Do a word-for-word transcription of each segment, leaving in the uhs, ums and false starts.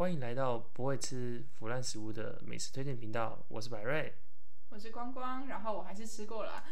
欢迎来到不会吃腐烂食物的美食推荐频道，我是百瑞， 我是光光，然后我还是吃过了、啊。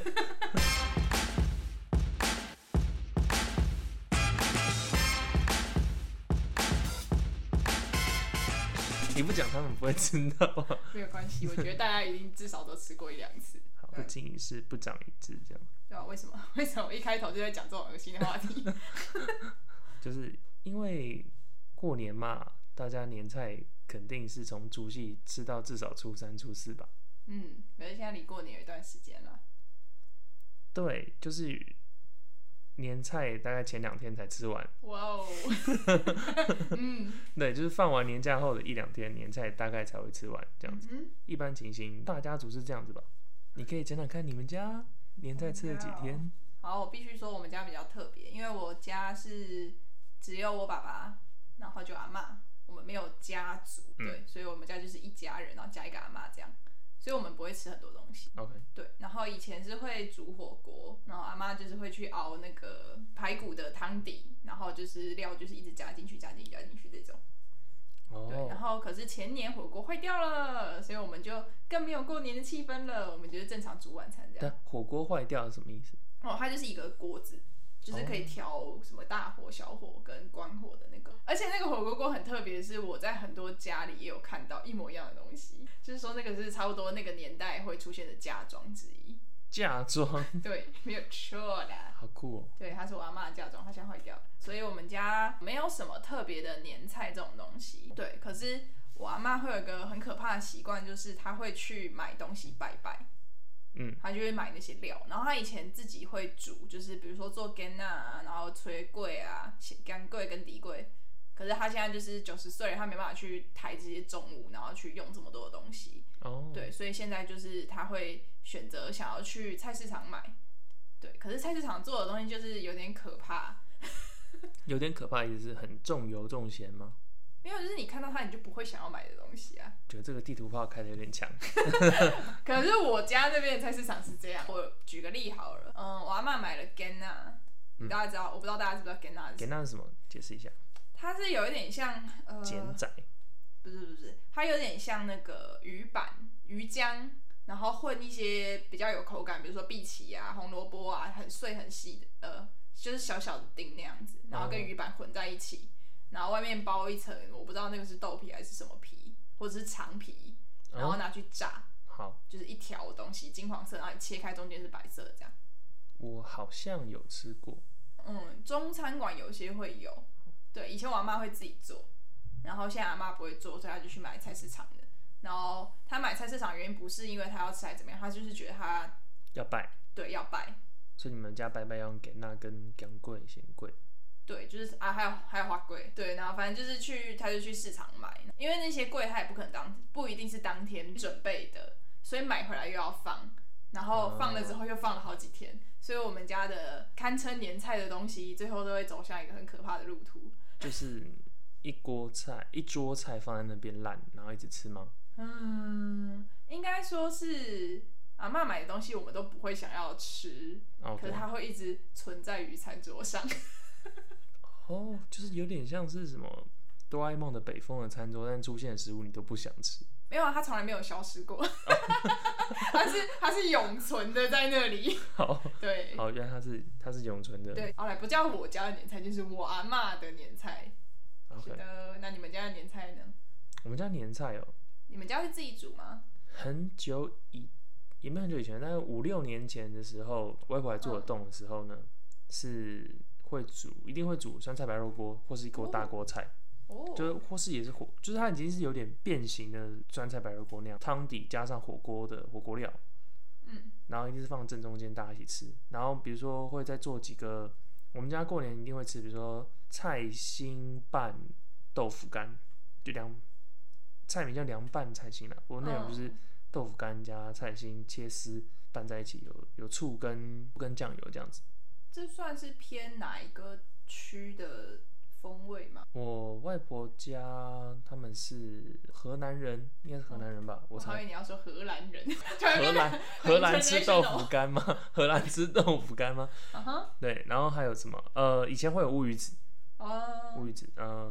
你不讲他们不会知道。 没有关系，我觉得大家一定至少都吃过一两次。 好，不经一事不长一智，这样。 对啊，为什么？为什么我一开头就在讲这种恶心的话题？ 就是因为过年嘛，大家年菜肯定是从除夕吃到至少初三、初四吧。 嗯，可是现在离过年有一段时间了。 对，就是年菜大概前两天才吃完。 哇哦！嗯， 对，就是放完年假后的一两天，年菜大概才会吃完这样子。 嗯、 一般情形，大家族是这样子吧？你可以讲讲看你们家年菜吃了几天？ 好，我必须说我们家比较特别，因为我家是只有我爸爸，然后就阿嬷，我们没有家族，对，嗯、所以我们家就是一家人，然后加一个阿嬷这样。所以我们不会吃很多东西。 OK。 对，然后以前是会煮火锅，然后阿妈就是会去熬那个排骨的汤底，然后就是料就是一直加进去、加进去、加进去这种。 哦。 对，然后可是前年火锅坏掉了，所以我们就更没有过年的气氛了。我们就是正常煮晚餐这样。 但火锅坏掉是什么意思？ 哦，它就是一个锅子。就是可以调什么大火、小火跟关火的那个，而且那个火锅锅很特别，是我在很多家里也有看到一模一样的东西，就是说那个是差不多那个年代会出现的嫁妆之一。 嫁妆？ 对，没有错啦。 好酷哦。 对，它是我阿嬷的嫁妆，它现在坏掉了，所以我们家没有什么特别的年菜这种东西。对，可是我阿嬷会有一个很可怕的习惯，就是她会去买东西拜拜。嗯，他就会买那些料，然后他以前自己会煮，就是比如说做干啊，然后炊粿啊、干粿跟底粿。可是他现在就是九十岁了，他没办法去抬这些重物，然后去用这么多的东西。哦，对，所以现在就是他会选择想要去菜市场买。对，可是菜市场做的东西就是有点可怕。 有点可怕，意思是很重油重咸吗？ 没有，就是你看到它，你就不会想要买的东西啊。 觉得这个地图炮开的有点强。 可是我家那边的菜市场是这样，我举个例好了，嗯，我阿嬷买了干呐，嗯、大家知道，我不知道大家知不知道干呐是什么？ 干呐是什么？解释一下。 它是有一点像呃， 碱仔。 不是不是，它有点像那个鱼板、鱼浆，然后混一些比较有口感，比如说荸荠啊、红萝卜啊，很碎很细的，呃，就是小小的丁那样子，然后跟鱼板混在一起。哦，然后外面包一层，我不知道那个是豆皮还是什么皮，或者是肠皮，然后拿去炸， 哦、好， 就是一条东西，金黄色，然后你切开中间是白色的这样。 我好像有吃过， 嗯，中餐馆有些会有，对，以前我阿嬷会自己做，然后现在阿嬷不会做，所以她就去买菜市场的。然后她买菜市场的原因不是因为她要吃还是怎么样，她就是觉得她要拜， 对，要拜。 所以你们家拜拜要用给那跟姜桂、咸桂。 对，就是啊，还有还有花柜，对，然后反正就是去，他就去市场买，因为那些柜他也不可能当，不一定是当天准备的，所以买回来又要放，然后放了之后又放了好几天，所以我们家的堪称年菜的东西，最后都会走向一个很可怕的路途， 就是一锅菜、一桌菜放在那边烂，然后一直吃吗？ 嗯，应该说是阿嬷买的东西我们都不会想要吃， okay. 可是它会一直存在于餐桌上。 哦，就是有点像是什么哆啦 A 梦的北风的餐桌，但出现的食物你都不想吃。 没有啊，它从来没有消失过，它是它是永存的在那里。 好， 对， 好，原来它是它是永存的。 对，好来，不叫我家的年菜，就是我阿嬷的年菜。 Okay. 是的，那你们家的年菜呢？ 我们家年菜哦， 你们家是自己煮吗？ 很久以也没有很久以前，大概五六年前的时候，外婆还做得动的时候呢，嗯、是。会煮，一定会煮酸菜白肉锅，或是一锅大锅菜，哦，就是或是也是火，就是它已经是有点变形的酸菜白肉锅那样，汤底加上火锅的火锅料，嗯，然后一定是放正中间大家一起吃，然后比如说会再做几个，我们家过年一定会吃，比如说菜心拌豆腐干，就凉菜名叫凉拌菜心啦，不过内容就是豆腐干加菜心切丝拌在一起，有有醋跟跟酱油这样子。 这算是偏哪一个区的风味吗？ 我外婆家他们是河南人，应该是河南人吧？ 哦、 我猜。 我以为你要说荷兰人。 荷兰荷兰吃豆腐干吗？荷兰吃豆腐干吗？ uh-huh. 对，然后还有什么？呃，以前会有乌鱼子。哦。乌鱼子，呃，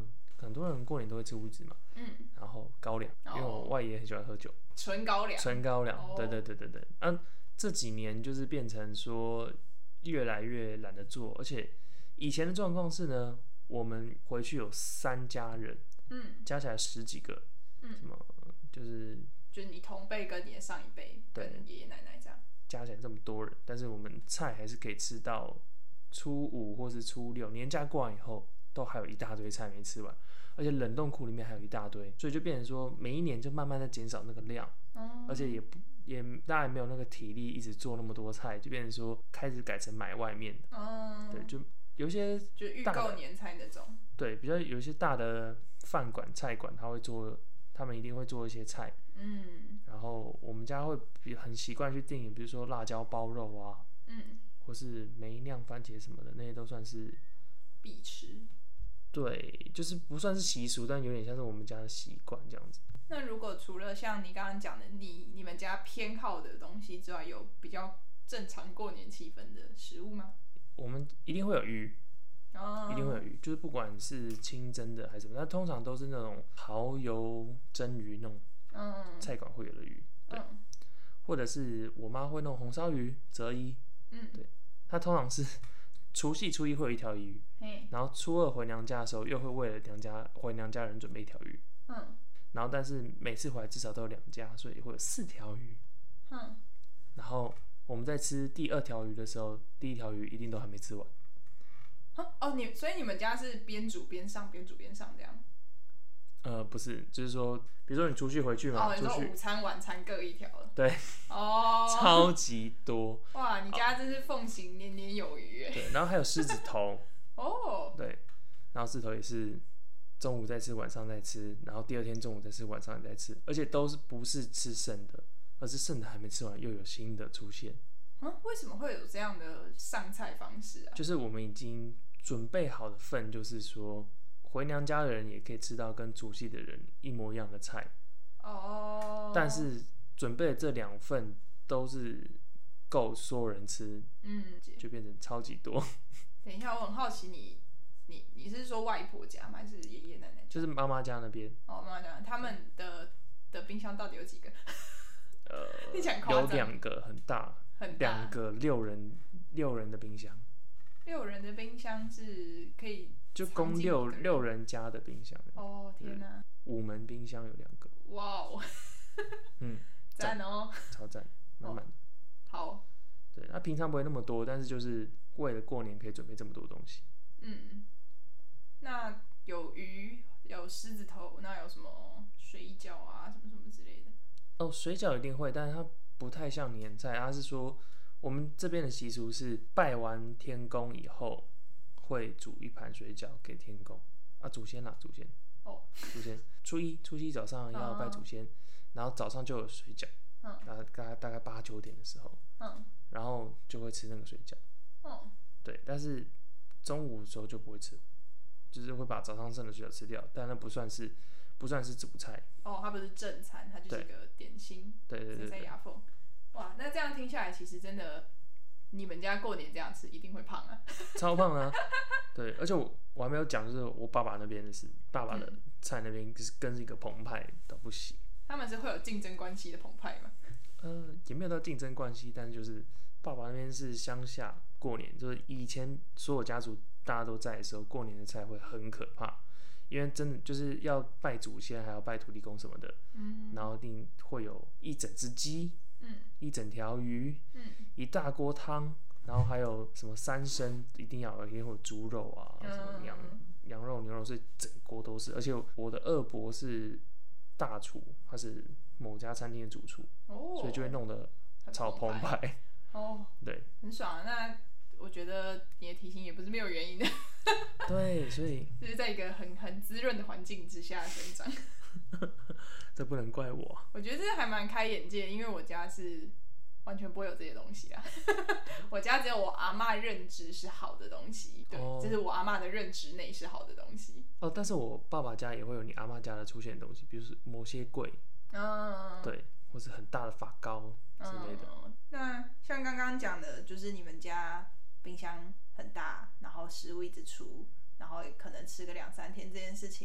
很多人过年都会吃乌鱼子嘛，嗯，然后高粱，因为我外爷很喜欢喝酒， 纯高粱， 纯高粱，哦、对对对对对，啊，这几年就是变成说越来越懒得做，而且以前的状况是呢，我们回去有三家人，嗯，加起来十几个，嗯，什么就是就是你同辈跟你的上一辈，跟爷爷奶奶这样， 加起来这么多人，但是我们菜还是可以吃到初五或是初六，年假过完以后，都还有一大堆菜没吃完，而且冷冻库里面还有一大堆，所以就变成说每一年就慢慢在减少那个量，嗯，而且也不也大家也没有那个体力一直做那么多菜，就变成说开始改成买外面的，嗯，对，就有一些就预购年菜那种， 对，比较有一些大的饭馆菜馆，他会做，他们一定会做一些菜，嗯，然后我们家会很习惯去订，比如说辣椒包肉啊，嗯，或是梅酿番茄什么的，那些都算是必吃。 对，就是不算是习俗，但有点像是我们家的习惯这样子。 那如果除了像你刚刚讲的你你们家偏好的东西之外，有比较正常过年气氛的食物吗？ 我们一定会有鱼，哦、一定会有鱼，就是不管是清蒸的还是什么，那通常都是那种蚝油蒸鱼那种，嗯，菜馆会有的鱼，对，嗯、或者是我妈会弄红烧鱼、折衣，嗯，对，它通常是除夕初一会有一条鱼，然后初二回娘家的时候又会为了娘家回娘家人准备一条鱼，嗯，然后但是每次回来至少都有两家，所以会有四条鱼，嗯，然后我们在吃第二条鱼的时候，第一条鱼一定都还没吃完。 哦，你所以你们家是边煮边上，边煮边上这样？ 呃，不是，就是说，比如说你出去回去嘛， 哦，你说午餐晚餐各一条了， 对， 哦， 超级多。 哇，你家真是奉行年年有余哎。 对，然后还有狮子头， 哦， 对，然后狮子头也是中午再吃，晚上再吃，然后第二天中午再吃，晚上再吃，而且都是不是吃剩的，而是剩的还没吃完，又有新的出现。 嗯，为什么会有这样的上菜方式啊？ 就是我们已经准备好的份，就是说回娘家的人也可以吃到跟除夕的人一模一样的菜。哦。但是准备的这两份都是够所有人吃，嗯，就变成超级多。 等一下，我很好奇你，你你是说外婆家吗？还是爷爷奶奶家？ 就是妈妈家那边。 哦，妈妈家，他们的的冰箱到底有几个？ 呃，有两个很大。两个六人六人的冰箱， 六人的冰箱是可以就供六六人家的冰箱。 哦天哪！ 五门冰箱有两个。 哇哦！嗯，赞哦， 超赞，满满的。 好。 对，它平常不会那么多，但是就是为了过年可以准备这么多东西。 嗯，那有鱼，有狮子头，那有什么水饺啊，什么什么之类的？ 哦，水饺一定会，但是它不太像年菜，它是说我们这边的习俗是拜完天公以后，会煮一盘水饺给天公啊，祖先啦，祖先。哦。祖先，初一初一早上要拜祖先，嗯、然后早上就有水饺，嗯，大概大概八九点的时候，嗯，然后就会吃那个水饺，嗯，对，但是中午的时候就不会吃，就是会把早上剩的水饺吃掉，但那不算是。不算是主菜哦，它不是正餐，它就是一个点心。 对对 对, 对， 在牙缝。哇，那这样听下来，其实真的，你们家过年这样吃一定会胖啊， 超胖啊！对，而且我我还没有讲，就是我爸爸那边的是，爸爸的菜那边就是跟一个澎湃到不行。 他们是会有竞争关系的澎湃吗？ 呃，也没有到竞争关系，但是就是爸爸那边是乡下过年，就是以前所有家族大家都在的时候，过年的菜会很可怕。因为真的就是要拜祖先，还要拜土地公什么的，嗯，然后一定会有一整只鸡，嗯，一整条鱼，嗯，一大锅汤，然后还有什么三牲，一定要有，一定会有猪肉啊，嗯、什么羊羊肉、牛肉，所以整锅都是。而且我的二伯是大厨，他是某家餐厅的主厨，哦，所以就会弄得超澎湃， 哦， 对， 很爽啊。那我觉得你的体型也不是没有原因的。 对，所以就是在一个很很滋润的环境之下生长。 这不能怪我。 我觉得这还蛮开眼界，因为我家是完全不会有这些东西啊。我家只有我阿嬷认知是好的东西，对，这、哦、是我阿嬷的认知内是好的东西。 哦，但是我爸爸家也会有你阿嬷家的出现的东西，比如说某些柜，嗯，对，或是很大的发糕之类的。 嗯、那像刚刚讲的，就是你们家冰箱很大，然后食物一直出，然后可能吃个两三天这件事情，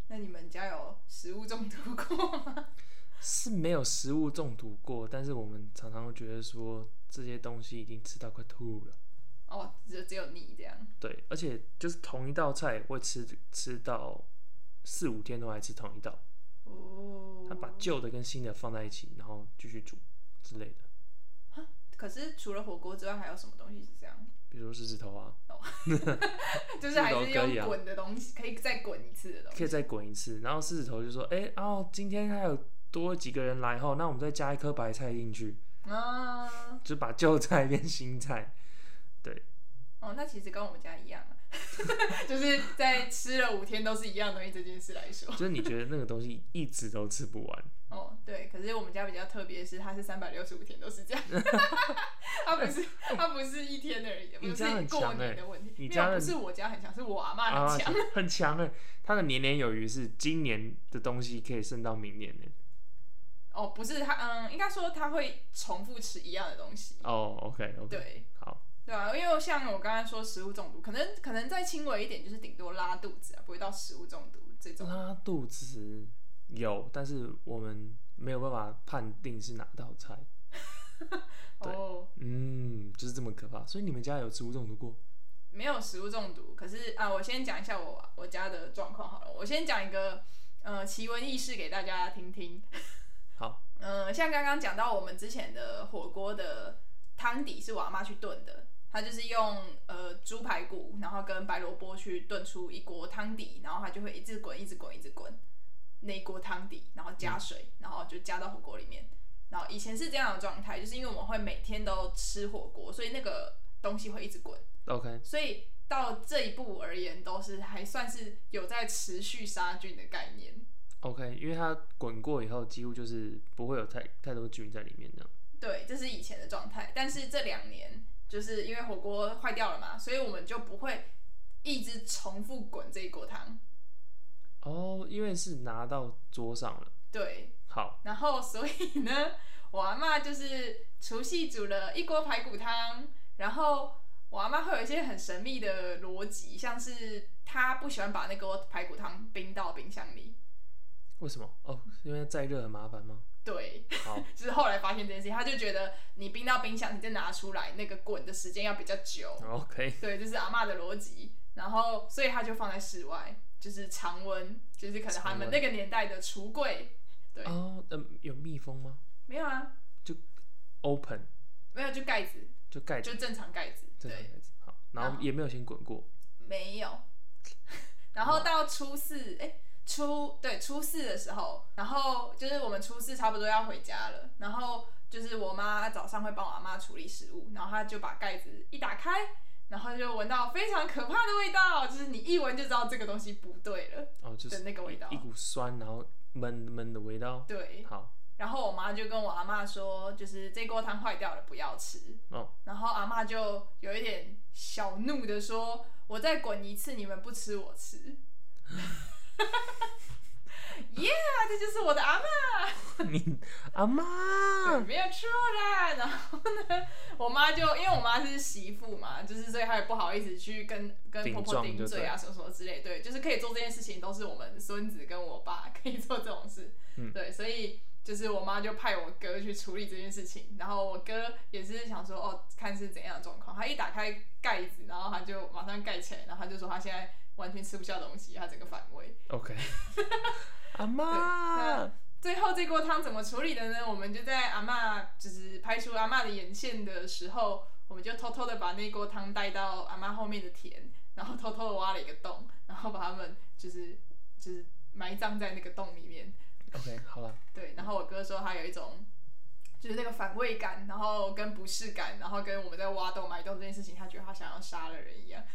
那你们家有食物中毒过吗？ 是没有食物中毒过，但是我们常常会觉得说这些东西已经吃到快吐了。 哦，只只有你这样。 对，而且就是同一道菜会吃吃到四五天都还吃同一道。哦。他把旧的跟新的放在一起，然后继续煮之类的。 可是除了火锅之外，还有什么东西是这样？ 比如说狮子头啊。哦。 就是还是用滚的东西，可以再滚一次的东西。 可以再滚一次，然后狮子头就说：“哎、欸，哦，今天还有多几个人来后，那我们再加一颗白菜进去。”啊。就把旧菜变新菜。对。 哦，那其实跟我们家一样啊，就是在吃了五天都是一样东西这件事来说， 就是你觉得那个东西一直都吃不完。 哦，对，可是我们家比较特别的是，它是三百六十五天都是这样，它不是它不是一天而已，不是过年的问题。 你家不是我家很强，是我阿嬷很强， 啊、很强哎，它的年年有余是今年的东西可以剩到明年呢。 哦，不是它，嗯，应该说它会重复吃一样的东西。 哦 ，OK OK， 对， 好。 对啊，因为像我刚才说食物中毒，可能可能再轻微一点，就是顶多拉肚子啊，不会到食物中毒这种。 拉肚子有，但是我们没有办法判定是哪道菜。对，哦、嗯，就是这么可怕。所以你们家有食物中毒过？ 没有食物中毒，可是啊，我先讲一下我我家的状况好了。我先讲一个呃奇闻异事给大家听听。 好。 呃，像刚刚讲到我们之前的火锅的汤底是我阿嬷去炖的。他就是用呃猪排骨，然后跟白萝卜去炖出一锅汤底，然后他就会一直滚，一直滚，一直滚那一锅汤底，然后加水，然后就加到火锅里面。然后以前是这样的状态，就是因为我们会每天都吃火锅，所以那个东西会一直滚。 OK。 所以到这一步而言，都是还算是有在持续杀菌的概念。 OK， 因为它滚过以后，几乎就是不会有太太多菌在里面这样。 对，这是以前的状态，但是这两年。就是因为火锅坏掉了嘛，所以我们就不会一直重复滚这一锅汤。 哦，因为是拿到桌上了。 对。 好。 然后所以呢，我阿嬷就是除夕煮了一锅排骨汤，然后我阿嬷会有一些很神秘的逻辑，像是她不喜欢把那锅排骨汤冰到冰箱里。 为什么？哦，因为再热很麻烦吗？ 对，好，就是后来发现这件事情，他就觉得你冰到冰箱，你再拿出来，那个滚的时间要比较久。 OK。 对，这是阿嬷的逻辑，然后所以他就放在室外，就是常温，就是可能他们那个年代的橱柜。对。 哦，呃，有密封吗？ 没有啊。 就 open。 没有，就盖子。 就盖子。 就正常盖子。 正常盖子。好，然后也没有先滚过。 没有。然后到初四，哎。初对初四的时候，然后就是我们初四差不多要回家了，然后就是我妈早上会帮我阿嬷处理食物，然后她就把盖子一打开，然后就闻到非常可怕的味道，就是你一闻就知道这个东西不对了。 哦，就是那个味道， 一股酸，然后闷闷的味道。 对。 好。 然后我妈就跟我阿嬷说，就是这锅汤坏掉了，不要吃。哦。然后阿嬷就有一点小怒的说：“我再滚一次，你们不吃我吃。”耶， yeah, 这就是我的阿嬷。 你阿嬷没有错啦。然后呢，我妈就因为我妈是媳妇嘛，就是所以她也不好意思去跟跟婆婆顶嘴啊什么什么之类。对，就是可以做这件事情，都是我们孙子跟我爸可以做这种事。嗯、对，所以就是我妈就派我哥去处理这件事情，然后我哥也是想说哦，看是怎样的状况。他一打开盖子，然后他就马上盖起来，然后他就说他现在完全吃不下东西，他整个反胃。 OK。阿嬷， 最后这锅汤怎么处理的呢？我们就在阿嬷就是拍出阿嬷的眼线的时候，我们就偷偷的把那锅汤带到阿嬷后面的田，然后偷偷的挖了一个洞，然后把他们就是就是埋葬在那个洞里面。 OK， 好了。 对，然后我哥说他有一种就是那个反胃感，然后跟不适感，然后跟我们在挖洞埋洞这件事情，他觉得他想要杀了人一样。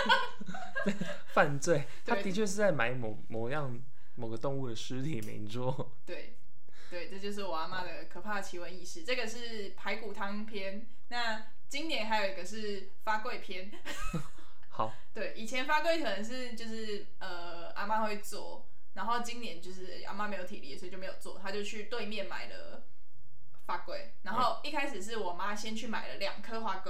犯罪，他的确是在埋某某样。某个动物的尸体没错。 对，对，这就是我阿嬷的可怕的奇闻异事。这个是排骨汤篇，那今年还有一个是发粿篇。 好。 对，以前发粿可能是就是呃阿嬷会做，然后今年就是阿嬷没有体力，所以就没有做，她就去对面买了发粿。然后一开始是我妈先去买了两颗花粿，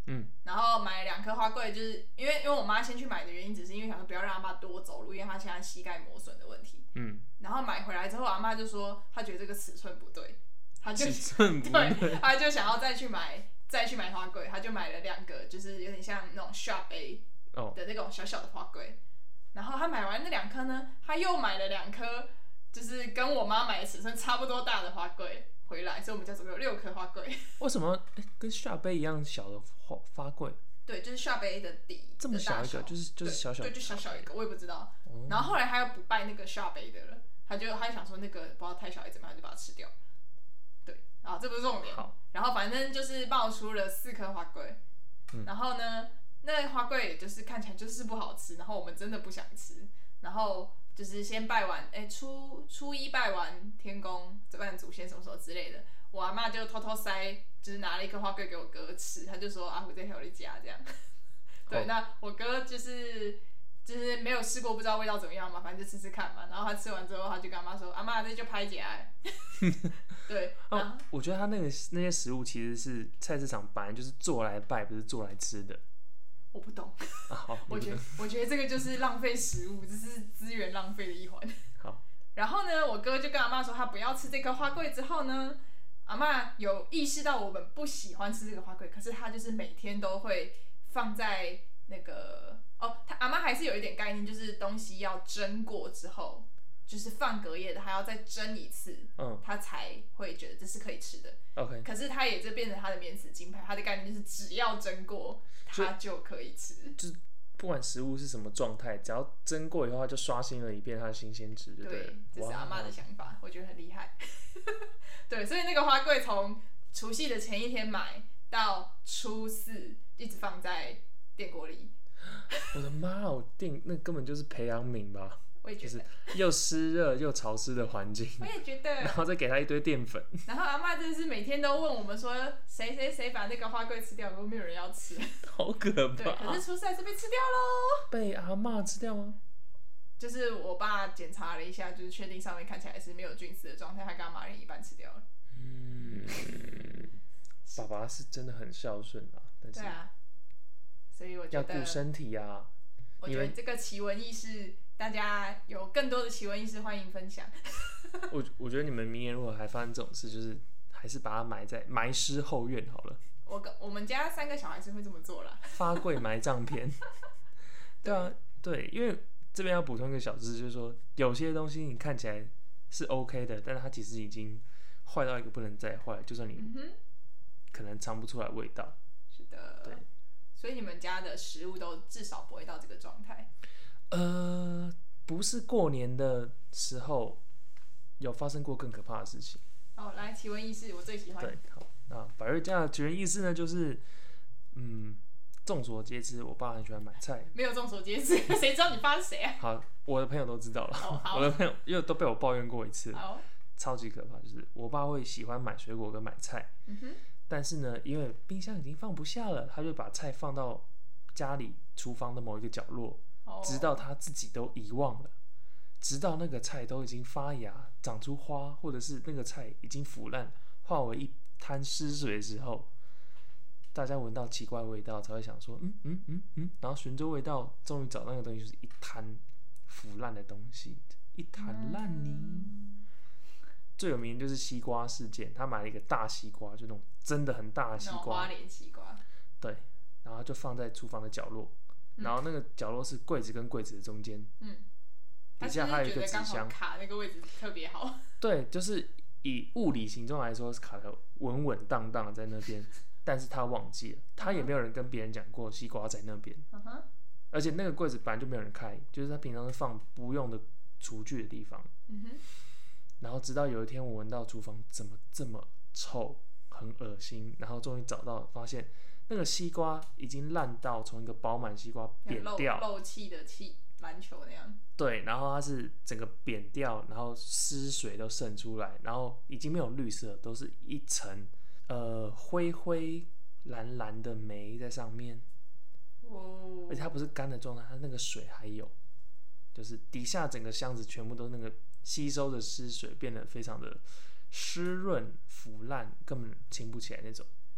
嗯，然后买了两颗花柜，就是因为因为我妈先去买的原因，只是因为想说不要让阿妈多走路，因为她现在膝盖磨损的问题。嗯，然后买回来之后，阿妈就说她觉得这个尺寸不对，她就尺寸不对， 对，她就想要再去买再去买花柜，她就买了两个，就是有点像那种 Shop A 的那种小小的花柜。然后她买完那两颗呢，她又买了两颗，就是跟我妈买的尺寸差不多大的花柜回来，所以我们家总共有六颗花柜。 为什么跟 Shop A 一样小的花花柜？ 对，就是 Shop A 的底这么小一个，就是就是小小对，对，就小小一个，我也不知道。哦、然后后来他又不拜那个 Shop A 的了，他就他就想说那个不知道太小还是怎么样，就把它吃掉。对，啊，这不是重点。然后反正就是爆出了四颗花柜，嗯、然后呢，那花柜也就是看起来就是不好吃，然后我们真的不想吃，然后就是先拜完，哎，初初一拜完天公，拜祖先什么什么之类的，我阿嬷就偷偷塞。就是拿了一颗花柜给我哥吃，他就说阿虎在有你家这样。对， oh. 那我哥就是就是没有试过，不知道味道怎么样嘛，反正就吃吃看嘛。然后他吃完之后，他就跟阿妈说：“阿妈，这就拍起来。”对。 哦，我觉得他那个那些食物其实是菜市场本来就是做来拜，不是做来吃的。 我不懂。 啊、好， 我觉得我觉得这个就是浪费食物，这是资源浪费的一环。 好。 然后呢，我哥就跟阿妈说，他不要吃这颗花柜之后呢。阿嬷有意识到我们不喜欢吃这个花柜，可是她就是每天都会放在那个哦，她阿嬷还是有一点概念，就是东西要蒸过之后，就是放隔夜的，还要再蒸一次，嗯，她才会觉得这是可以吃的。 OK， 可是她也就变成她的免死金牌，她的概念就是只要蒸过，她就可以吃。 就是不管食物是什么状态，只要蒸过以后，她就刷新了一遍它的新鲜值，就对了。 对，这是阿嬷的想法，我觉得很厉害。对，所以那个花柜从除夕的前一天买到初四，一直放在电锅里。 我的妈！我电那根本就是培养皿吧？ 我也觉得， 就是又湿热又潮湿的环境。 我也觉得。 然后再给他一堆淀粉。 然后阿嬷真的是每天都问我们说，谁谁谁把那个花柜吃掉，都没有人要吃。 好可怕！ 对，可是初四还是被吃掉喽。 被阿嬷吃掉吗？ 就是我爸检查了一下，就是确定上面看起来是没有菌丝的状态，他跟阿妈人一半吃掉了。 嗯，爸爸是真的很孝顺啊，但是对啊，所以我觉得要顾身体啊。 我觉得这个奇闻异事，大家有更多的奇闻异事，欢迎分享。 我我觉得你们明年如果还发生这种事，就是还是把它埋在埋尸后院好了。 我跟我们家三个小孩是会这么做啦。 发柜埋葬篇。对啊，对，因为这边要补充一个小知识，就是说有些东西你看起来是 OK 的，但是它其实已经坏到一个不能再坏，就算你可能尝不出来味道。 是的，对。所以你们家的食物都至少不会到这个状态？ 呃，不是过年的时候有发生过更可怕的事情。 哦，来奇闻异事，我最喜欢。 对，好，那百瑞家的奇闻异事呢，就是嗯。众所皆知，我爸很喜欢买菜。 没有众所皆知，谁知道你爸是谁啊？ 好，我的朋友都知道了。 Oh, 我的朋友因为都被我抱怨过一次， oh. 超级可怕。就是我爸会喜欢买水果跟买菜，嗯哼，但是呢，因为冰箱已经放不下了，他就把菜放到家里厨房的某一个角落， oh. 直到他自己都遗忘了，直到那个菜都已经发芽、长出花，或者是那个菜已经腐烂，化为一滩湿水的时候。大家闻到奇怪的味道，才会想说，嗯嗯嗯嗯，然后循着味道，终于找到那个东西，就是一滩腐烂的东西，一滩烂泥。嗯、最有名的就是西瓜事件，他买了一个大西瓜，就那种真的很大的西瓜， 花莲西瓜。 对，然后就放在厨房的角落，嗯、然后那个角落是柜子跟柜子的中间，嗯，底下还有一个纸箱， 卡那个位置特别好。 对，就是以物理形状来说，是卡得稳稳当当的在那边。但是他忘记了，他也没有人跟别人讲过西瓜在那边， uh-huh. 而且那个柜子本来就没有人开，就是他平常是放不用的厨具的地方。Uh-huh. 然后直到有一天我闻到厨房怎么这么臭，很恶心，然后终于找到，发现那个西瓜已经烂到从一个饱满西瓜扁掉， 漏气的气篮球那样。 对，然后它是整个扁掉，然后湿水都渗出来，然后已经没有绿色，都是一层。呃，灰灰蓝蓝的霉在上面，哦，而且它不是干的状态，它那个水还有，就是底下整个箱子全部都那个吸收的湿水，变得非常的湿润腐烂，根本清不起来那种。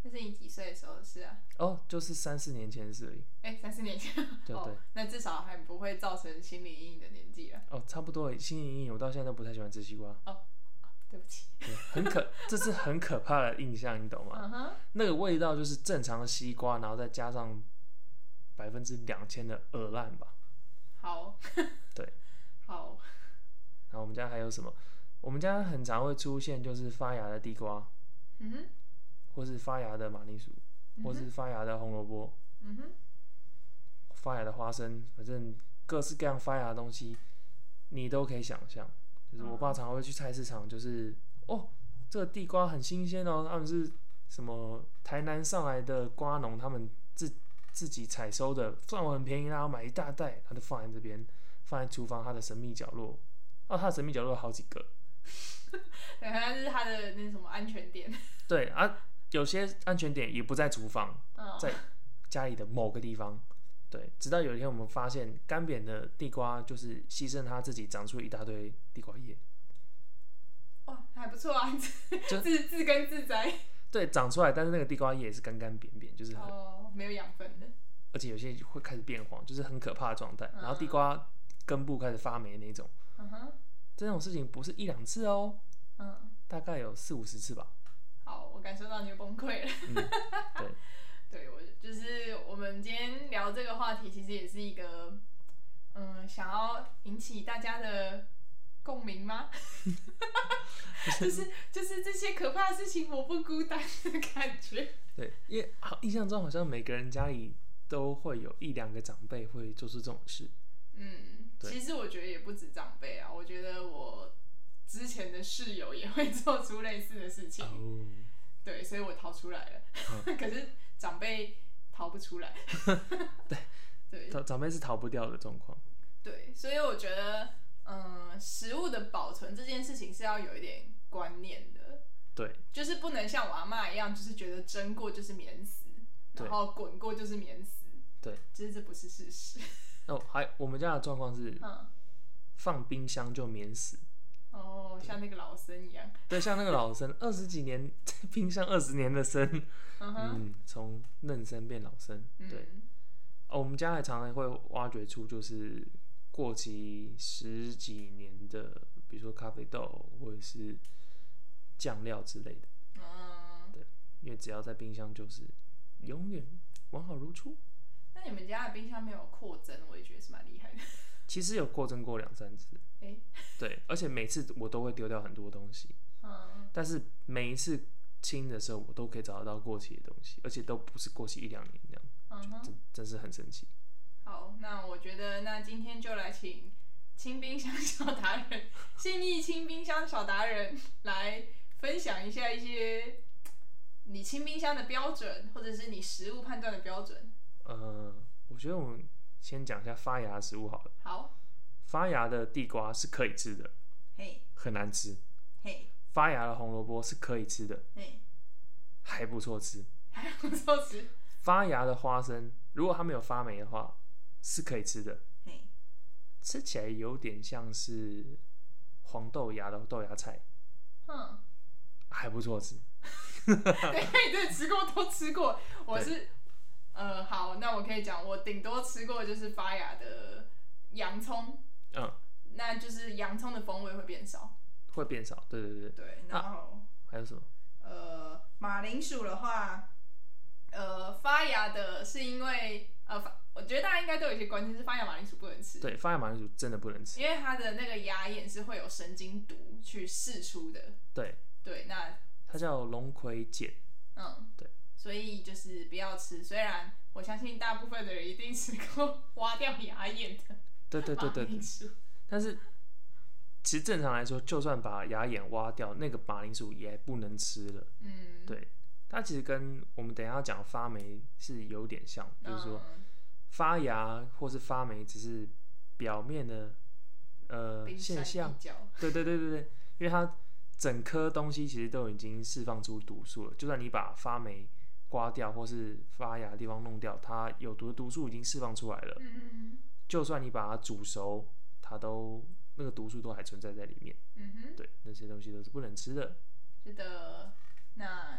那是你几岁的时候的事啊？ 哦，就是三四年前的事而已。 哎、欸，三四年前。 对对、 哦，那至少还不会造成心理阴影的年纪了。 哦，差不多。心理阴影，我到现在都不太喜欢吃西瓜。 哦，对不起。 对，很可，这是很可怕的印象，你懂吗？ uh-huh. 那个味道就是正常的西瓜，然后再加上百分之两千的鹅烂吧。 好。 对。 好。 然后我们家还有什么？我们家很常会出现就是发芽的地瓜， 嗯哼， 或是发芽的马铃薯，嗯、或是发芽的红萝卜， 嗯哼， 发芽的花生，反正各式各样发芽的东西，你都可以想象。就是我爸常常会去菜市场，就是哦，这个地瓜很新鲜哦，他们是什么台南上来的瓜农，他们自自己采收的，算我很便宜啦，我买一大袋，他就放在这边，放在厨房他的神秘角落。哦，他的神秘角落有好几个。 对，它是他的那什么安全点。 对啊，有些安全点也不在厨房， 哦、 在家里的某个地方。对，直到有一天我们发现干扁的地瓜就是牺牲它自己长出一大堆地瓜叶。 哇，还不错啊，自自耕自栽。 对，长出来，但是那个地瓜叶也是干干扁扁，就是很、 哦、没有养分的。 而且有些会开始变黄，就是很可怕的状态、嗯。然后地瓜根部开始发霉那种。 嗯哼。 这种事情不是一两次哦， 嗯， 大概有四五十次吧。 好，我感受到你的崩溃了。 嗯、对， 对，我就是我们今天聊这个话题，其实也是一个，嗯，想要引起大家的共鸣吗？就是就是这些可怕的事情，我不孤单的感觉。 对，因为印象中好像每个人家里都会有一两个长辈会做出这种事。 嗯，其实我觉得也不止长辈啊，我觉得我之前的室友也会做出类似的事情。 哦、 对，所以我逃出来了。嗯、可是长辈逃不出来。 对， 对， 长长辈是逃不掉的状况。 对，所以我觉得，嗯，食物的保存这件事情是要有一点观念的。 对， 就是不能像我阿嬷一样，就是觉得蒸过就是免死，然后滚过就是免死。 对， 其实这不是事实。 哦，还我们家的状况是， 嗯， 放冰箱就免死。 哦，像那个老僧一样。 对，像那个老僧，二十几年在冰箱二十年的参， 嗯， 从、嗯、嫩参变老参。对、 嗯， 哦，我们家还常常会挖掘出就是过期十几年的，比如说咖啡豆或者是酱料之类的。 嗯， 对，因为只要在冰箱就是永远完好如初。 那你们家的冰箱没有扩增，我也觉得是蛮厉害的。 其实有扩增过两三次。 欸， 对，而且每次我都会丢掉很多东西。 嗯， 但是每一次清的时候，我都可以找得到过期的东西，而且都不是过期一两年这样。 嗯， 真真是很神奇。 好，那我觉得那今天就来请清冰箱小达人，信义清冰箱小达人来分享一下一些你清冰箱的标准，或者是你食物判断的标准。 呃，我觉得我们先讲一下发芽的食物好了。 好。 发芽的地瓜是可以吃的， 嘿， 很难吃。 嘿， 发芽的红萝卜是可以吃的， 嘿， 还不错吃。 还不错吃。 发芽的花生，如果它没有发霉的话，是可以吃的。 嘿， 吃起来有点像是黄豆芽的豆芽菜。 嗯， 还不错吃。 对，你真的吃过都吃过。我是，呃，好，那我可以讲，我顶多吃过就是发芽的洋葱。 嗯， 那就是洋葱的风味会变少。 会变少，对对对。 对，然后、啊、 还有什么？ 呃，马铃薯的话，呃，发芽的是因为呃，我觉得大家应该都有一些观念，是发芽马铃薯不能吃。 对，发芽马铃薯真的不能吃， 因为它的那个芽眼是会有神经毒去释出的。 对对，那它叫龙葵碱。 嗯， 对， 所以就是不要吃。虽然我相信大部分的人一定吃过挖掉芽眼的。 对对对对对。但是其实正常来说，就算把芽眼挖掉，那个马铃薯也不能吃了。 嗯， 对，它其实跟我们等一下要讲发霉是有点像，就是说发芽或是发霉只是表面的呃现象。对对对对对，因为它整颗东西其实都已经释放出毒素了，就算你把发霉刮掉或是发芽的地方弄掉，它有毒的毒素已经释放出来了。 嗯， 就算你把它煮熟，它都那个毒素都还存在在里面。 嗯哼， 对，那些东西都是不能吃的。 是的，那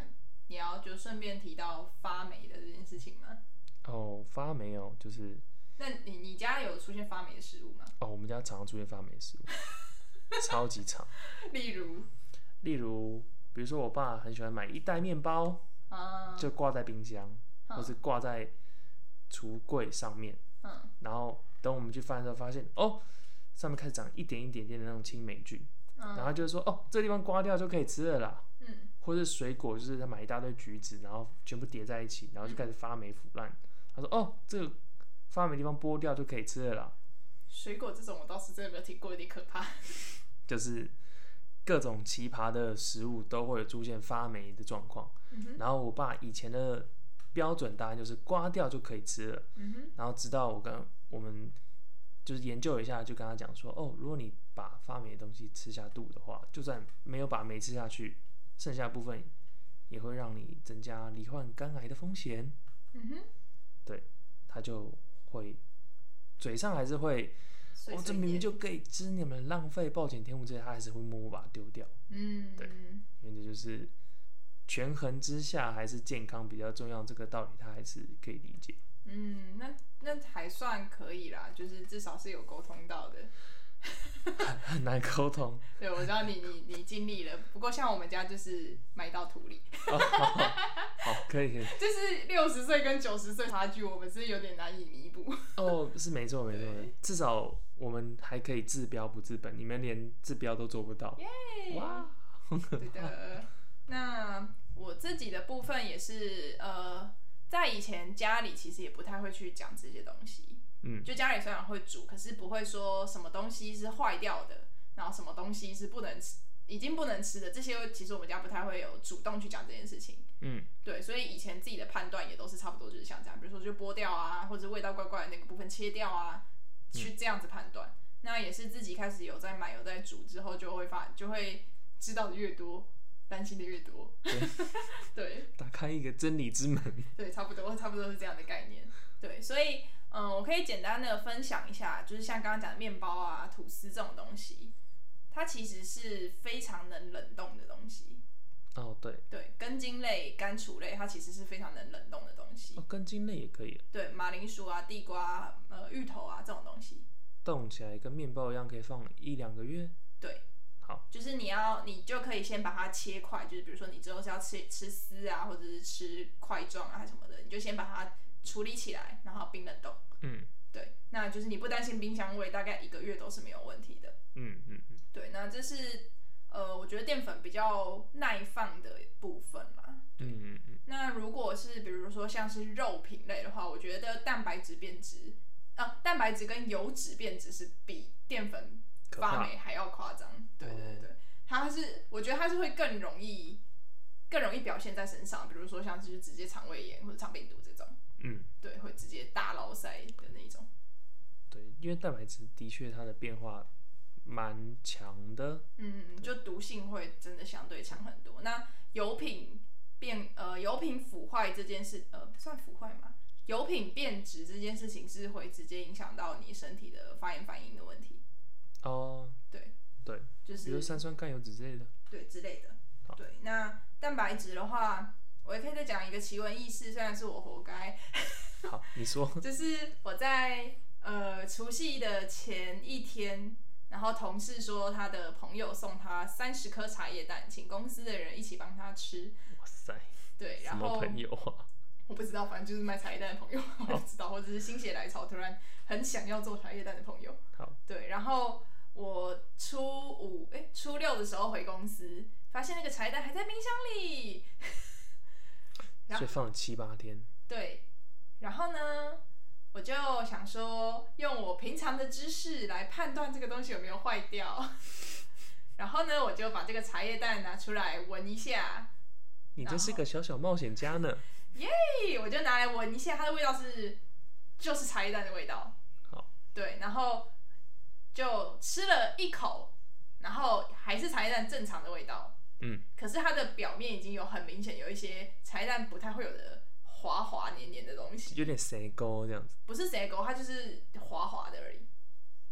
你要就顺便提到发霉的这件事情吗？ 哦，发霉哦，就是。 那你你家有出现发霉的食物吗？ 哦，我们家常常出现发霉的食物，超级常。 例如， 例如，比如说我爸很喜欢买一袋面包，啊、就挂在冰箱，嗯、或是挂在橱柜上面。嗯、然后等我们去翻的时候，发现哦，上面开始长一点一点点的那种青霉菌。嗯、然后就是说，哦，这个地方刮掉就可以吃了啦。嗯、或是水果，就是他买一大堆橘子，然后全部叠在一起，然后就开始发霉腐烂。他说，哦，这个。发霉的地方剥掉就可以吃了啦。 水果这种我倒是真的没有听过，有点可怕。 就是各种奇葩的食物都会有出现发霉的状况。嗯、然后我爸以前的标准答案就是刮掉就可以吃了。嗯、然后直到我跟我们就是研究一下，就跟他讲说，哦，如果你把发霉的东西吃下肚的话，就算没有把霉吃下去，剩下的部分也会让你增加罹患肝癌的风险。嗯、对，他就。会嘴上还是会， 碎碎哦，这明明就可以吃，你们浪费，暴殄天物这些，他还是会默默把它丢掉。嗯，对，因为这就是权衡之下还是健康比较重要，这个道理他还是可以理解。 嗯，那那还算可以啦，就是至少是有沟通到的。 很, 很难沟通。 对，我知道你你你尽力了，不过像我们家就是埋到土里。 哦、好, 好, 好，可以可以。 就是六十岁跟九十岁差距，我们是有点难以弥补。 哦，是没错没错，至少我们还可以治标不治本，你们连治标都做不到。 耶！哇，对的。那我自己的部分也是，呃，在以前家里其实也不太会去讲这些东西。嗯，就家里虽然会煮，可是不会说什么东西是坏掉的，然后什么东西是不能吃，已经不能吃的，这些其实我们家不太会有主动去讲这件事情。嗯，对，所以以前自己的判断也都是差不多，就是像这样，比如说就剥掉啊，或者味道怪怪的那个部分切掉啊，去这样子判断。嗯、那也是自己开始有在买有在煮之后，就会发就会知道的越多，担心的越多。对，对， 打开一个真理之门。 对，差不多，差不多是这样的概念。对，所以。嗯，我可以简单的分享一下，就是像刚刚讲的面包啊、吐司这种东西，它其实是非常能冷冻的东西。 哦，对。 对，根茎类、甘薯类，它其实是非常能冷冻的东西。 哦，根茎类也可以。 对，马铃薯啊、地瓜、呃、芋头啊这种东西， 冻起来跟面包一样，可以放一两个月。 对。 好。 就是你要，你就可以先把它切块，就是比如说你之后是要吃吃丝啊，或者是吃块状啊，还是什么的，你就先把它处理起来，然后冰冷冻。嗯，对，那就是你不担心冰箱味，大概一个月都是没有问题的。嗯嗯嗯，对，那这是呃，我觉得淀粉比较耐放的部分啦。嗯嗯嗯。那如果是比如说像是肉品类的话，我觉得蛋白质变质，啊，蛋白质跟油脂变质是比淀粉发霉还要夸张。对对对，它是，我觉得它是会更容易，更容易表现在身上，比如说像是直接肠胃炎或者肠病毒这种。嗯，对，会直接大落塞的那种。 对，因为蛋白质的确它的变化蛮强的。 嗯，就毒性会真的相对强很多。那油品变呃油品腐坏这件事，呃算腐坏吗？油品变质这件事情是会直接影响到你身体的发炎反应的问题。 哦， 对对，就是比如三酸甘油酯之类的。 对，之类的。对，那蛋白质的话。我也可以再讲一个奇闻异事，虽然是我活该。 好，你说。 就是我在呃除夕的前一天，然后同事说他的朋友送他三十颗茶叶蛋，请公司的人一起帮他吃。 哇塞！ 对，然后什么朋友啊？ 我不知道，反正就是卖茶叶蛋的朋友，我不知道，或者是心血来潮，突然很想要做茶叶蛋的朋友。 好。 对，然后我初五哎初六的时候回公司，发现那个茶叶蛋还在冰箱里。 所以放了七八天。 对，然后呢，我就想说，用我平常的知识来判断这个东西有没有坏掉。然后呢，我就把这个茶叶蛋拿出来闻一下。 你真是个小小冒险家呢。 耶！ Yeah, 我就拿来闻一下，它的味道是，就是茶叶蛋的味道。 好。 对，然后就吃了一口，然后还是茶叶蛋正常的味道。嗯，可是它的表面已经有很明显有一些茶叶蛋不太会有的滑滑黏黏的东西， 有点蛇沟这样子。 不是蛇沟，它就是滑滑的而已。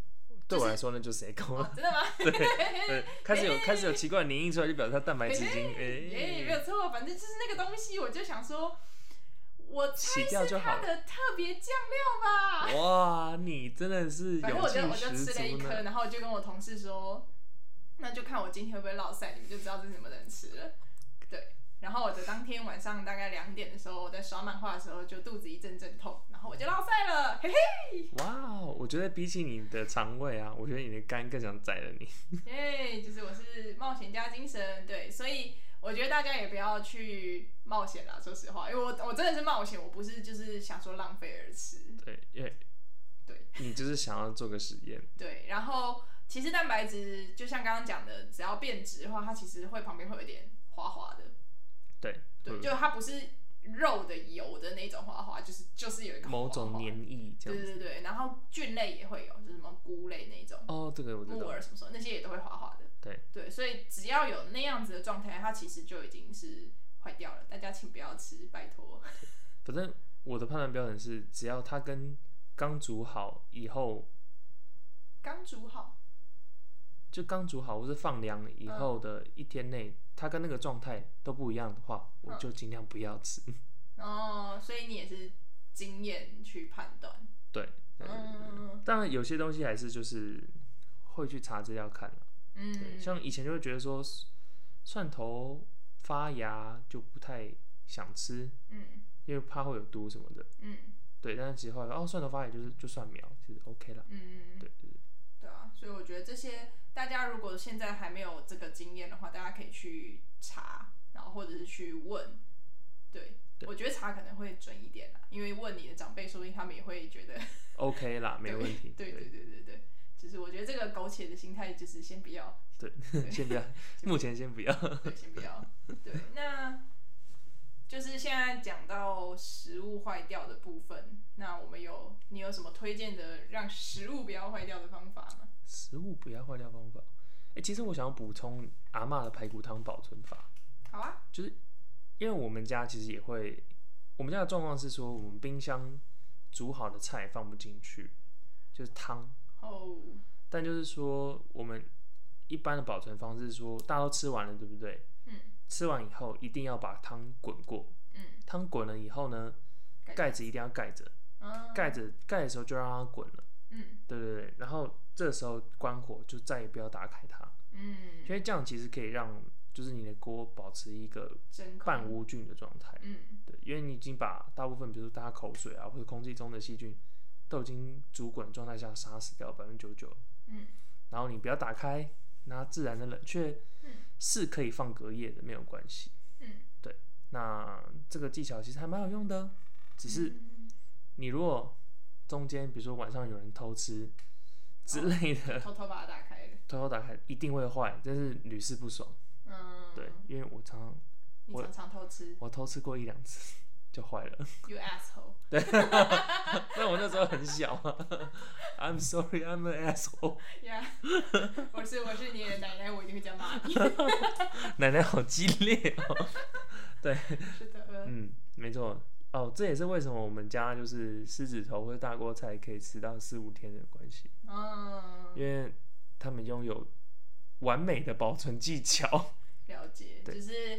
对我来说那就是 C 沟了。 真的吗？ 对对，开始有开始有奇怪的粘液出来，就表示它蛋白质已经哎，没有错，反正就是那个东西，我就想说。我猜是它的特别酱料吧。 哇，你真的是有反正我就我就吃了一颗，然后我就跟我同事说，那就看我今天会不会落赛，你们就知道这是什么人吃了。对，然后我的当天晚上大概两点的时候，我在刷漫画的时候就肚子一阵阵痛，然后我就落赛了，嘿嘿。 哇，我觉得比起你的肠胃啊，我觉得你的肝更想宰了你。 耶，就是我是冒险家精神，对，所以。我觉得大家也不要去冒险啦，说实话，因为我我真的是冒险，我不是就是想说浪费而吃。 对，因为对你就是想要做个实验。 对，然后其实蛋白质就像刚刚讲的，只要变质的话，它其实会旁边会有一点滑滑的。 对对，就它不是肉的油的那种滑滑，就是就是有一个滑滑某种黏液这样子。 对对对，然后菌类也会有，就是什么菇类那种。 哦，这个我知道。 木耳什么什么那些也都会滑滑的。 对对，所以只要有那样子的状态，它其实就已经是坏掉了。大家请不要吃，拜托。 反正我的判断标准是，只要它跟刚煮好以后， 刚煮好， 就刚煮好或是放凉以后的一天内，嗯、它跟那个状态都不一样的话，我就尽量不要吃。 哦，所以你也是经验去判断。 对，嗯，当然有些东西还是就是会去查资料看啦。嗯，像以前就会觉得说蒜头发芽就不太想吃，嗯，因为怕会有毒什么的，嗯，对。但是其实后来哦，蒜头发芽就是就蒜苗，其实 OK 了，嗯，对对对啊。所以我觉得这些大家如果现在还没有这个经验的话，大家可以去查，然后或者是去问，对，对我觉得查可能会准一点啦，因为问你的长辈，说不定他们也会觉得 OK 啦，没问题。 对对对对对。就是我觉得这个苟且的心态，就是先不要。 对，先不要，目前先不要。 对，先不要。对，那就是现在讲到食物坏掉的部分，那我们有你有什么推荐的让食物不要坏掉的方法吗？ 食物不要坏掉的方法，哎、欸，其实我想要补充阿嬷的排骨汤保存法。 好啊。 就是因为我们家其实也会，我们家的状况是说，我们冰箱煮好的菜放不进去，就是汤。 哦， 但就是说，我们一般的保存方式是说，大家都吃完了，对不对？嗯。吃完以后，一定要把汤滚过。嗯。汤滚了以后呢，盖子一定要盖着。嗯。盖着盖的时候就让它滚了。嗯。对对对，然后这时候关火，就再也不要打开它。嗯。因为这样其实可以让就是你的锅保持一个半无菌的状态。嗯。对，因为你已经把大部分，比如说大家口水啊，或者空气中的细菌。都已经煮滚状态下杀死掉百分之九十九，嗯，然后你不要打开，让它自然的冷却，嗯，是可以放隔夜的，没有关系，嗯，对，那这个技巧其实还蛮有用的，只是你如果中间比如说晚上有人偷吃之类的， 哦、偷偷把它打开了， 偷偷打开一定会坏，真是屡试不爽，嗯，对，因为我常常你常常偷吃， 我偷吃过一两次。就坏了。 You asshole。 对，但我那时候很小啊。I'm sorry, I'm an asshole. Yeah， 我是我是你的奶奶，我一定会这样骂你。 奶奶好激烈哦。对。 是的。 嗯，没错。哦，这也是为什么我们家就是狮子头或者大锅菜可以吃到四五天的关系。哦。因为他们拥有完美的保存技巧。 了解，就是。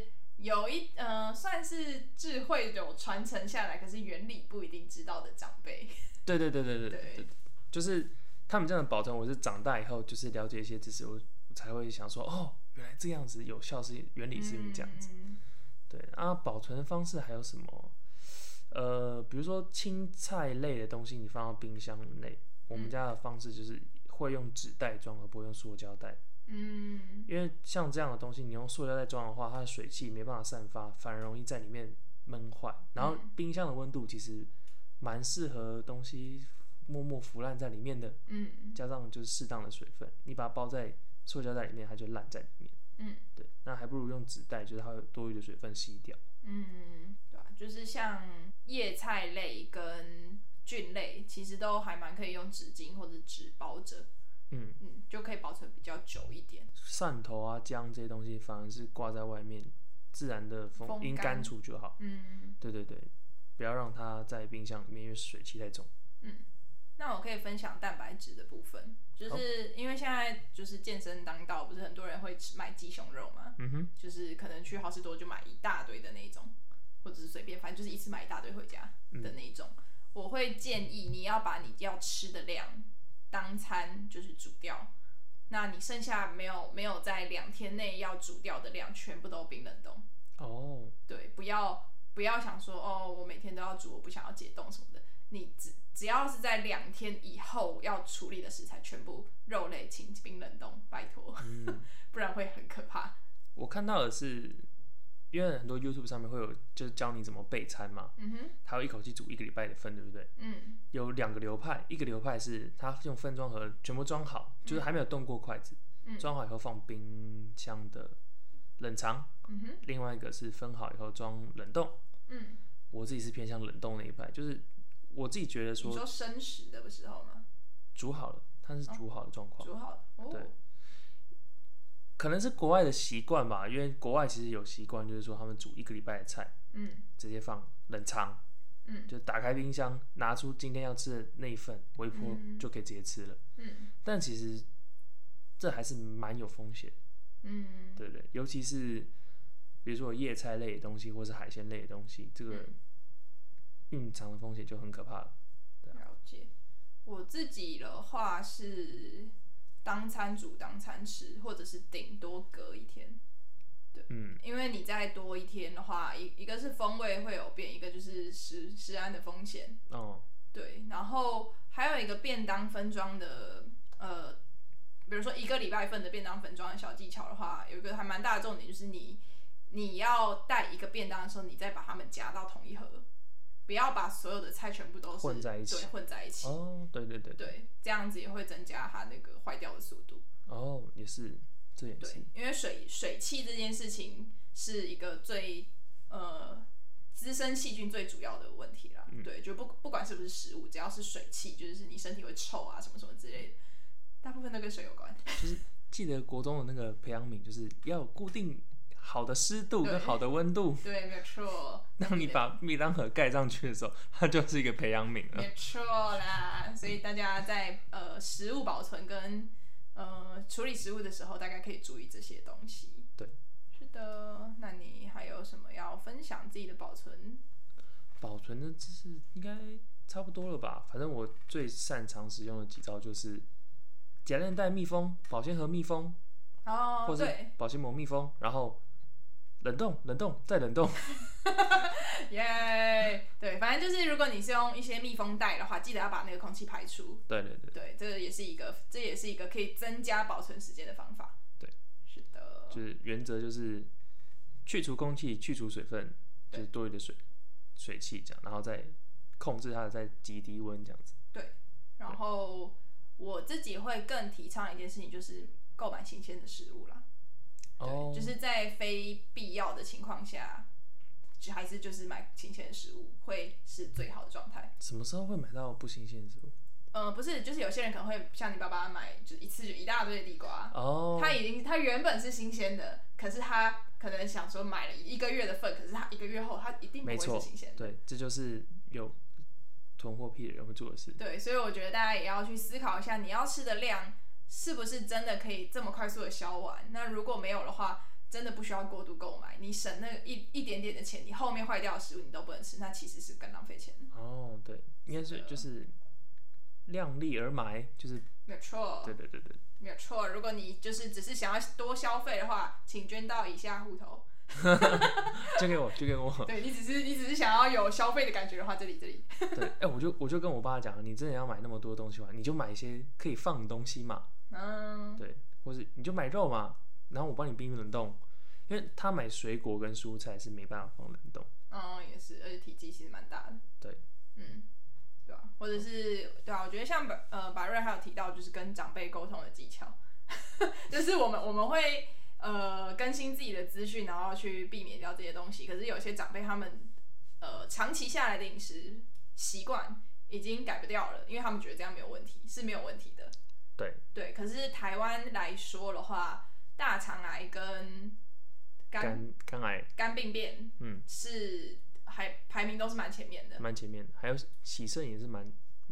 有一呃，算是智慧有传承下来，可是原理不一定知道的长辈。 对对对对对 对, 对, 对，就是他们这样的保存，我是长大以后就是了解一些知识，我才会想说，哦，原来这样子有效是原理是因为这样子。嗯、对啊，保存的方式还有什么？呃，比如说青菜类的东西，你放到冰箱内，我们家的方式就是会用纸袋装，而不会用塑胶袋。嗯，因为像这样的东西，你用塑胶袋装的话，它的水汽没办法散发，反而容易在里面闷坏。然后冰箱的温度其实蛮适合东西默默腐烂在里面的。嗯，加上就是适当的水分，你把它包在塑胶袋里面，它就烂在里面。嗯，对，那还不如用纸袋，就是它有多余的水分吸掉。 嗯，对啊，就是像叶菜类跟菌类，其实都还蛮可以用纸巾或者纸包着。嗯嗯，就可以保存比较久一点。蒜头啊、姜这些东西反而是挂在外面，自然的风阴干处就好。嗯，对对对，不要让它在冰箱里面，因为水汽太重。嗯， 那我可以分享蛋白质的部分，就是因为现在就是健身当道，不是很多人会买鸡胸肉嘛， 嗯哼， 就是可能去好市多就买一大堆的那种，或者是随便，反正就是一次买一大堆回家的那种。嗯、我会建议你要把你要吃的量当餐就是煮掉，那你剩下没有没有在两天内要煮掉的量，全部都冰冷冻。 哦， 对，不要不要想说哦，我每天都要煮，我不想要解冻什么的，你只只要是在两天以后要处理的食材，全部肉类请冰冷冻，拜托，嗯、不然会很可怕。 我看到的是，因为很多 YouTube 上面会有，就是教你怎么备餐嘛，嗯哼，他会一口气煮一个礼拜的份，对不对？嗯，有两个流派，一个流派是他用分装盒全部装好，嗯、就是还没有动过筷子，嗯、装好以后放冰箱的冷藏，嗯哼，另外一个是分好以后装冷冻，嗯，我自己是偏向冷冻那一派，就是我自己觉得说， 你说生食的时候吗？ 煮好了，它是煮好的状况， 煮好的，哦、 对。可能是国外的习惯吧，因为国外其实有习惯，就是说他们煮一个礼拜的菜，嗯，直接放冷藏，嗯，就打开冰箱，拿出今天要吃的那一份微波，嗯、就可以直接吃了，嗯。但其实这还是蛮有风险，嗯，对不对？尤其是比如说有叶菜类的东西，或是海鲜类的东西，这个蕴藏的风险就很可怕了。对啊、 了解。我自己的话是当餐煮当餐吃，或者是顶多隔一天。对，嗯，因为你再多一天的话，一一个是风味会有变，一个就是食食安的风险。哦，对，然后还有一个便当分装的，呃，比如说一个礼拜份的便当分装的小技巧的话，有一个还蛮大的重点就是你你要带一个便当的时候，你再把它们夹到同一盒。不要把所有的菜全部都是混在一起， 对，混在一起。 哦，对对对对，这样子也会增加它那个坏掉的速度。 哦，也是，这也是。 对，因为水水汽这件事情是一个最呃滋生细菌最主要的问题啦。嗯、对，就不不管是不是食物，只要是水汽，就是你身体会臭啊什么什么之类的，大部分都跟水有关。 就是记得国中的那个培养皿，就是要固定好的湿度跟好的温度， 对，没错。 当你把便当盒盖上去的时候，它就是一个培养皿了。 没错啦，所以大家在呃食物保存跟呃处理食物的时候，大概可以注意这些东西。 对， 是的。那你还有什么要分享自己的保存？ 保存的知识应该差不多了吧？反正我最擅长使用的几招就是夹链袋密封、保鲜盒密封， 哦， 或是保鲜膜密封，然后冷冻、冷冻再冷冻。 耶，yeah, 对，反正就是如果你是用一些密封袋的话，记得要把那个空气排出。 对对对， 对，这个也是一个，这也是一个可以增加保存时间的方法。 对， 是的， 就是原则就是去除空气、去除水分，就是多余的水水汽这样，然后再控制它的在极低温这样子。 对，然后我自己会更提倡一件事情，就是购买新鲜的食物啦。对， oh. 就是在非必要的情况下，就还是就是买新鲜的食物会是最好的状态。 什么时候会买到不新鲜的食物？ 呃，不是，就是有些人可能会像你爸爸买，就一次就一大堆的地瓜。 哦。Oh. 他已经他原本是新鲜的，可是他可能想说买了一个月的份，可是他一个月后他一定不会是新鲜的。 对，这就是有囤货癖的人会做的事。 对，所以我觉得大家也要去思考一下，你要吃的量是不是真的可以这么快速的消完？那如果没有的话，真的不需要过度购买。你省那一一点点的钱，你后面坏掉的食物你都不能吃，那其实是更浪费钱。 哦，对，应该是就是量力而买，就是没有错。 对对对对， 没有错。如果你就是只是想要多消费的话，请捐到以下户头。 捐给我，捐给我。 对，你只是你只是想要有消费的感觉的话，这里这里。 对，哎、欸，我就我就跟我爸讲，你真的要买那么多东西的话，你就买一些可以放的东西嘛。嗯。对，或是你就买肉嘛，然后我帮你冰冷冻，因为他买水果跟蔬菜是没办法放冷冻。 哦，也是，而且体积其实蛮大的。 对。 嗯。对啊，或者是对啊，我觉得像呃把瑞还有提到，就是跟长辈沟通的技巧，就是我们我们会。呃，更新自己的资讯，然后去避免掉这些东西。可是有些长辈他们，呃，长期下来的饮食习惯已经改不掉了，因为他们觉得这样没有问题，是没有问题的。 对对，可是台湾来说的话，大肠癌跟肝肝癌、 肝病变，嗯，是还排名都是蛮前面的， 蛮前面的。还有洗肾也是蛮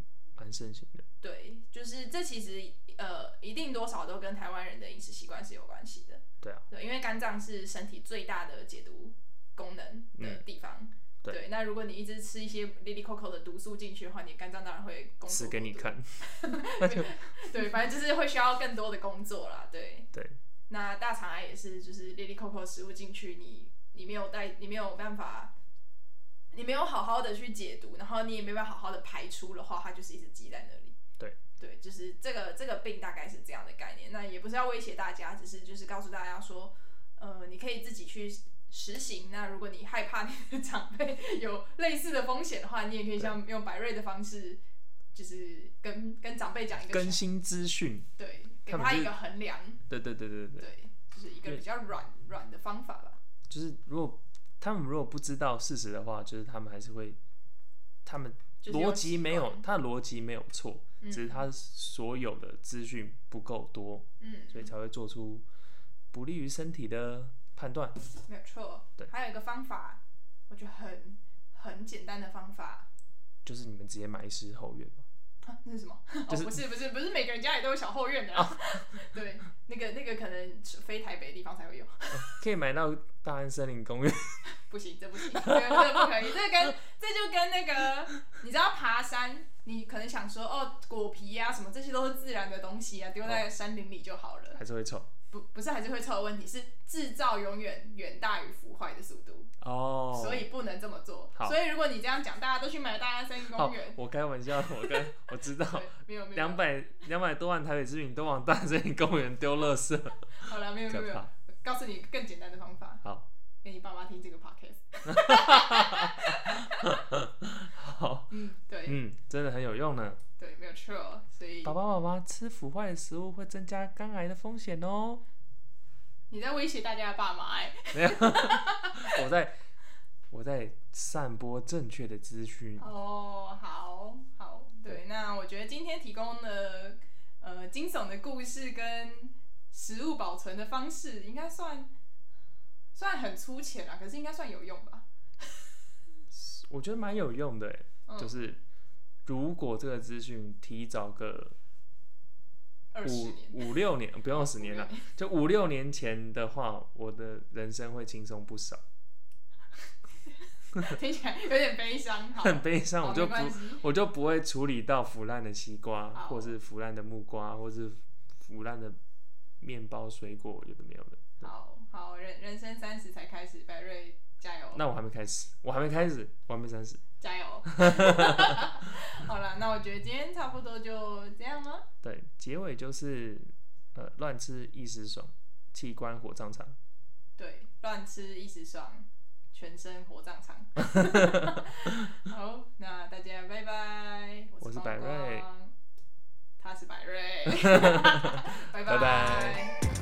蛮盛行的。 对，就是这其实呃一定多少都跟台湾人的饮食习惯是有关系的。 对啊， 对，因为肝脏是身体最大的解毒功能的地方。嗯对, 对，那如果你一直吃一些哩哩扣扣的毒素进去的话，你肝脏当然会工作死给你看。 对, 对，反正就是会需要更多的工作啦。对对， 那大肠癌也是，就是哩哩扣扣的食物进去，你你没有带，你没有办法，你没有好好的去解毒，然后你也没办法好好的排出的话，它就是一直积在那里。 对对，就是这个这个病大概是这样的概念。那也不是要威胁大家，只是就是告诉大家说，呃，你可以自己去实行。那如果你害怕你的长辈有类似的风险的话，你也可以像用百瑞的方式，就是跟跟长辈讲一个更新资讯， 对，给他一个衡量。 对对对对 对, 对，就是一个比较软软的方法吧。 就是如果他们如果不知道事实的话，就是他们还是会，他们逻辑没有，他的逻辑没有错，嗯，只是他所有的资讯不够多，嗯，所以才会做出不利于身体的判断。 没有错。对，还有一个方法，我觉得很很简单的方法， 就是你们直接买一室后院吧。 啊，那是什么？ 就是、 哦、不是不是不是每个人家里都有小后院的、啊。对，那个那个可能非台北的地方才会有。 可以买到大安森林公园。 不行，这不行，这个不可以。这跟这就跟那个，你知道爬山，你可能想说哦，果皮啊什么，这些都是自然的东西啊，丢在山林里就好了。 还是会臭。 不不是还是会臭的问题，是制造永远远大于腐坏的速度哦，所以不能这么做。所以如果你这样讲，大家都去买大安森林公园。 我开玩笑，我跟我知道， 没有没有两百两百多万台北市民都往大安森林公园丢垃圾。 好了，没有没有没有，告诉你更简单的方法。 好， 给你爸妈听这个 podcast。 好， 嗯，对， 嗯，真的很有用呢。 对，没有错，所以爸爸妈妈吃腐坏的食物会增加肝癌的风险哦。 你在威胁大家的爸妈哎、 欸？没有，我在我在散播正确的资讯。 哦，好好，对，那我觉得今天提供的呃惊悚的故事跟食物保存的方式，应该算虽然很粗浅啦，可是应该算有用吧？ 我觉得蛮有用的、欸嗯，就是如果这个资讯提早个五五六年，不用十年了，就五六年前的话，我的人生会轻松不少。 听起来有点悲伤， 很悲伤，我就不我就不会处理到腐烂的西瓜，或是腐烂的木瓜，或是腐烂的面包、水果，有的没有的。 好好，人人生三十才开始，百瑞加油！ 那我还没开始，我还没开始，我还没三十， 加油！好了，那我觉得今天差不多就这样吗？ 对，结尾就是呃，乱吃一时爽，器官火葬场。 对，乱吃一时爽，全身火葬场。好，那大家拜拜。 我是百瑞， 他是百瑞。拜拜。 拜拜。